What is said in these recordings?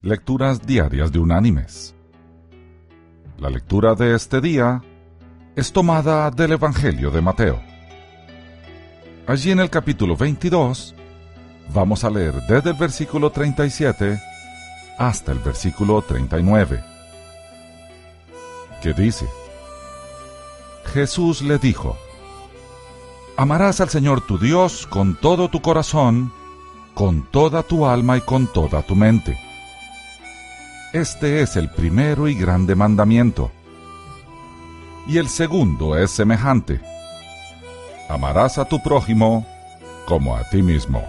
Lecturas diarias de Unánimes. La lectura de este día es tomada del Evangelio de Mateo. Allí en el capítulo 22 vamos a leer desde el versículo 37 hasta el versículo 39, que dice: Jesús le dijo: Amarás al Señor tu Dios con todo tu corazón, con toda tu alma y con toda tu mente. Este es el primero y grande mandamiento. Y el segundo es semejante: amarás a tu prójimo como a ti mismo.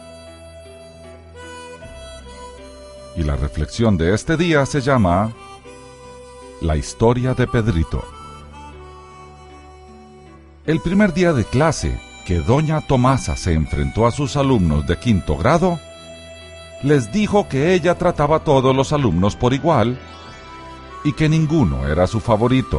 Y la reflexión de este día se llama La historia de Pedrito. El primer día de clase que doña Tomasa se enfrentó a sus alumnos de quinto grado, les dijo que ella trataba a todos los alumnos por igual y que ninguno era su favorito.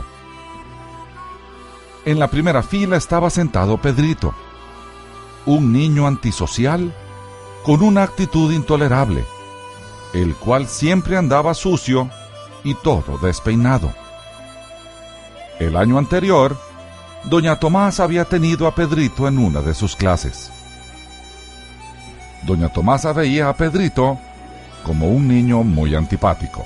En la primera fila estaba sentado Pedrito, un niño antisocial con una actitud intolerable, el cual siempre andaba sucio y todo despeinado. El año anterior, doña Tomasa había tenido a Pedrito en una de sus clases. Doña Tomasa veía a Pedrito como un niño muy antipático.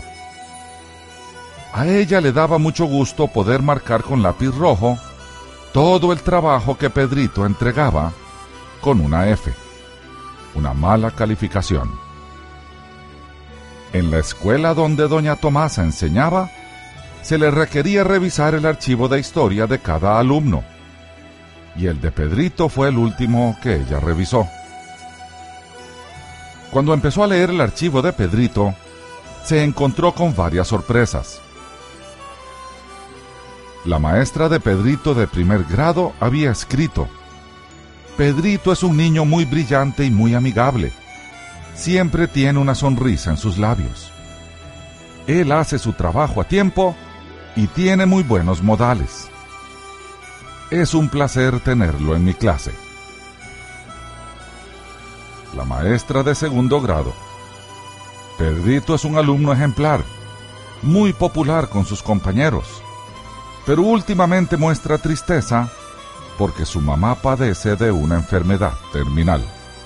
A ella le daba mucho gusto poder marcar con lápiz rojo todo el trabajo que Pedrito entregaba con una F, una mala calificación. En la escuela donde doña Tomasa enseñaba, se le requería revisar el archivo de historia de cada alumno, y el de Pedrito fue el último que ella revisó. Cuando empezó a leer el archivo de Pedrito, se encontró con varias sorpresas. La maestra de Pedrito de primer grado había escrito: Pedrito es un niño muy brillante y muy amigable. Siempre tiene una sonrisa en sus labios. Él hace su trabajo a tiempo y tiene muy buenos modales. Es un placer tenerlo en mi clase. La maestra de segundo grado: Pedrito es un alumno ejemplar, muy popular con sus compañeros, pero últimamente muestra tristeza porque su mamá padece de una enfermedad terminal.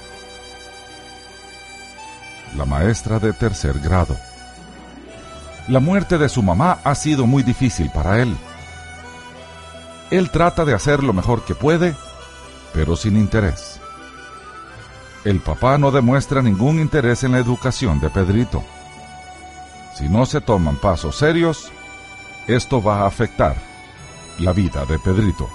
La maestra de tercer grado: la muerte de su mamá ha sido muy difícil para él. Él trata de hacer lo mejor que puede, pero sin interés. El papá no demuestra ningún interés en la educación de Pedrito. Si no se toman pasos serios, esto va a afectar la vida de Pedrito.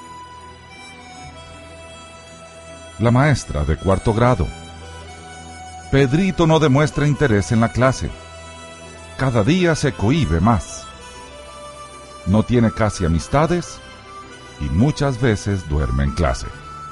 La maestra de cuarto grado: Pedrito no demuestra interés en la clase. Cada día se cohíbe más. No tiene casi amistades y muchas veces duerme en clase.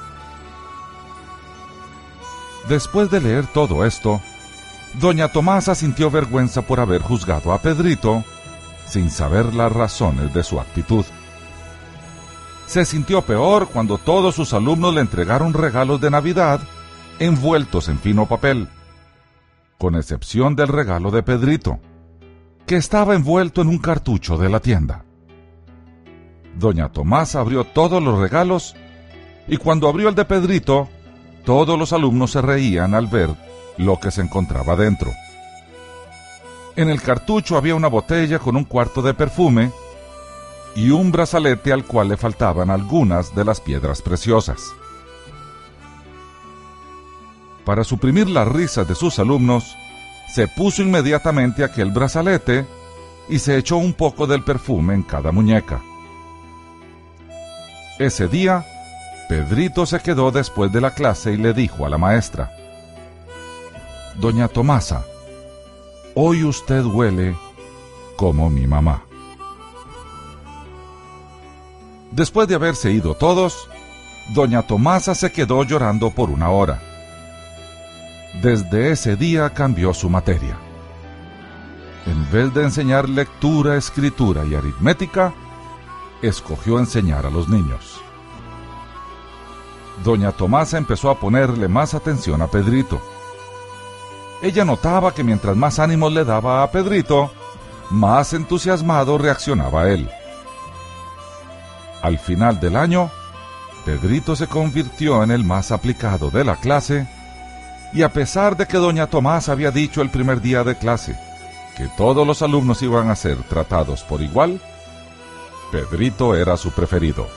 Después de leer todo esto, doña Tomasa sintió vergüenza por haber juzgado a Pedrito sin saber las razones de su actitud. Se sintió peor cuando todos sus alumnos le entregaron regalos de Navidad envueltos en fino papel, con excepción del regalo de Pedrito, que estaba envuelto en un cartucho de la tienda. Doña Tomasa abrió todos los regalos y cuando abrió el de Pedrito, todos los alumnos se reían al ver lo que se encontraba dentro. En el cartucho había una botella con un cuarto de perfume y un brazalete al cual le faltaban algunas de las piedras preciosas. Para suprimir las risas de sus alumnos, se puso inmediatamente aquel brazalete y se echó un poco del perfume en cada muñeca. Ese día, Pedrito se quedó después de la clase y le dijo a la maestra: Doña Tomasa, hoy usted huele como mi mamá. Después de haberse ido todos, doña Tomasa se quedó llorando por una hora. Desde ese día cambió su materia. En vez de enseñar lectura, escritura y aritmética, escogió enseñar a los niños. Doña Tomasa empezó a ponerle más atención a Pedrito. Ella notaba que mientras más ánimos le daba a Pedrito, más entusiasmado reaccionaba él. Al final del año, Pedrito se convirtió en el más aplicado de la clase, y a pesar de que doña Tomasa había dicho el primer día de clase que todos los alumnos iban a ser tratados por igual, Pedrito era su preferido.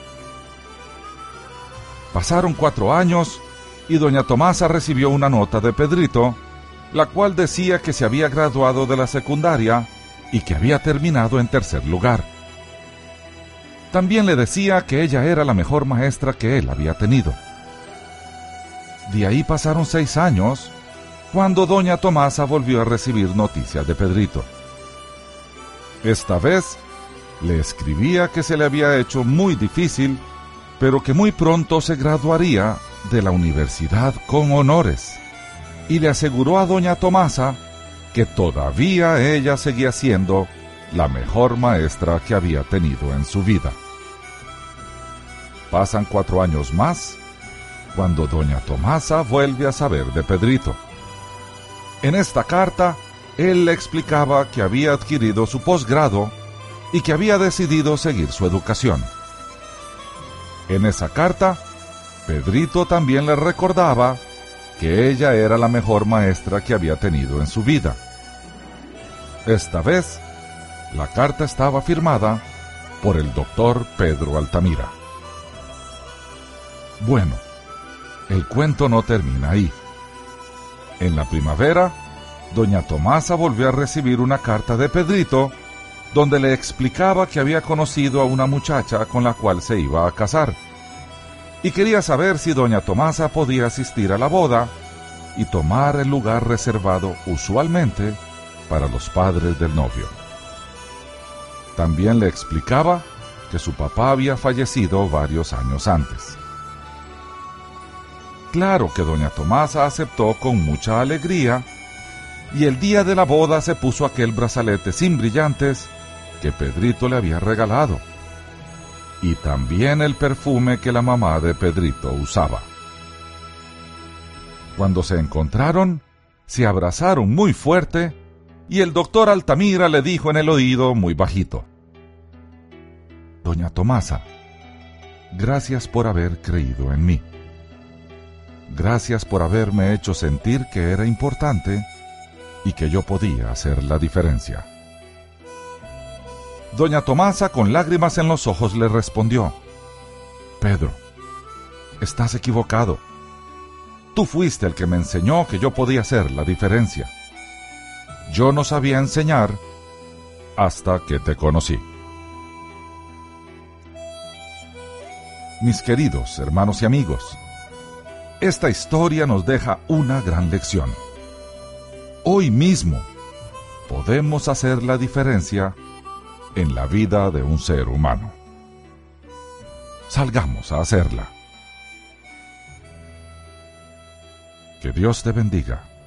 Pasaron 4 años y doña Tomasa recibió una nota de Pedrito, la cual decía que se había graduado de la secundaria y que había terminado en 3er lugar. También le decía que ella era la mejor maestra que él había tenido. De ahí pasaron 6 años, cuando doña Tomasa volvió a recibir noticias de Pedrito. Esta vez le escribía que se le había hecho muy difícil, pero que muy pronto se graduaría de la universidad con honores, y le aseguró a doña Tomasa que todavía ella seguía siendo la mejor maestra que había tenido en su vida. Pasan 4 años más, cuando doña Tomasa vuelve a saber de Pedrito. En esta carta, él le explicaba que había adquirido su posgrado y que había decidido seguir su educación. En esa carta, Pedrito también le recordaba que ella era la mejor maestra que había tenido en su vida. Esta vez, la carta estaba firmada por el doctor Pedro Altamira. Bueno, el cuento no termina ahí. En la primavera, doña Tomasa volvió a recibir una carta de Pedrito, donde le explicaba que había conocido a una muchacha con la cual se iba a casar, y quería saber si doña Tomasa podía asistir a la boda y tomar el lugar reservado usualmente para los padres del novio. También le explicaba que su papá había fallecido varios años antes. Claro que doña Tomasa aceptó con mucha alegría, y el día de la boda se puso aquel brazalete sin brillantes que Pedrito le había regalado, y también el perfume que la mamá de Pedrito usaba. Cuando se encontraron, se abrazaron muy fuerte, y el doctor Altamira le dijo en el oído muy bajito: «Doña Tomasa, gracias por haber creído en mí. Gracias por haberme hecho sentir que era importante y que yo podía hacer la diferencia». Doña Tomasa, con lágrimas en los ojos, le respondió: «Pedro, estás equivocado. Tú fuiste el que me enseñó que yo podía hacer la diferencia. Yo no sabía enseñar hasta que te conocí». Mis queridos hermanos y amigos, esta historia nos deja una gran lección. Hoy mismo podemos hacer la diferencia en la vida de un ser humano. Salgamos a hacerla. Que Dios te bendiga.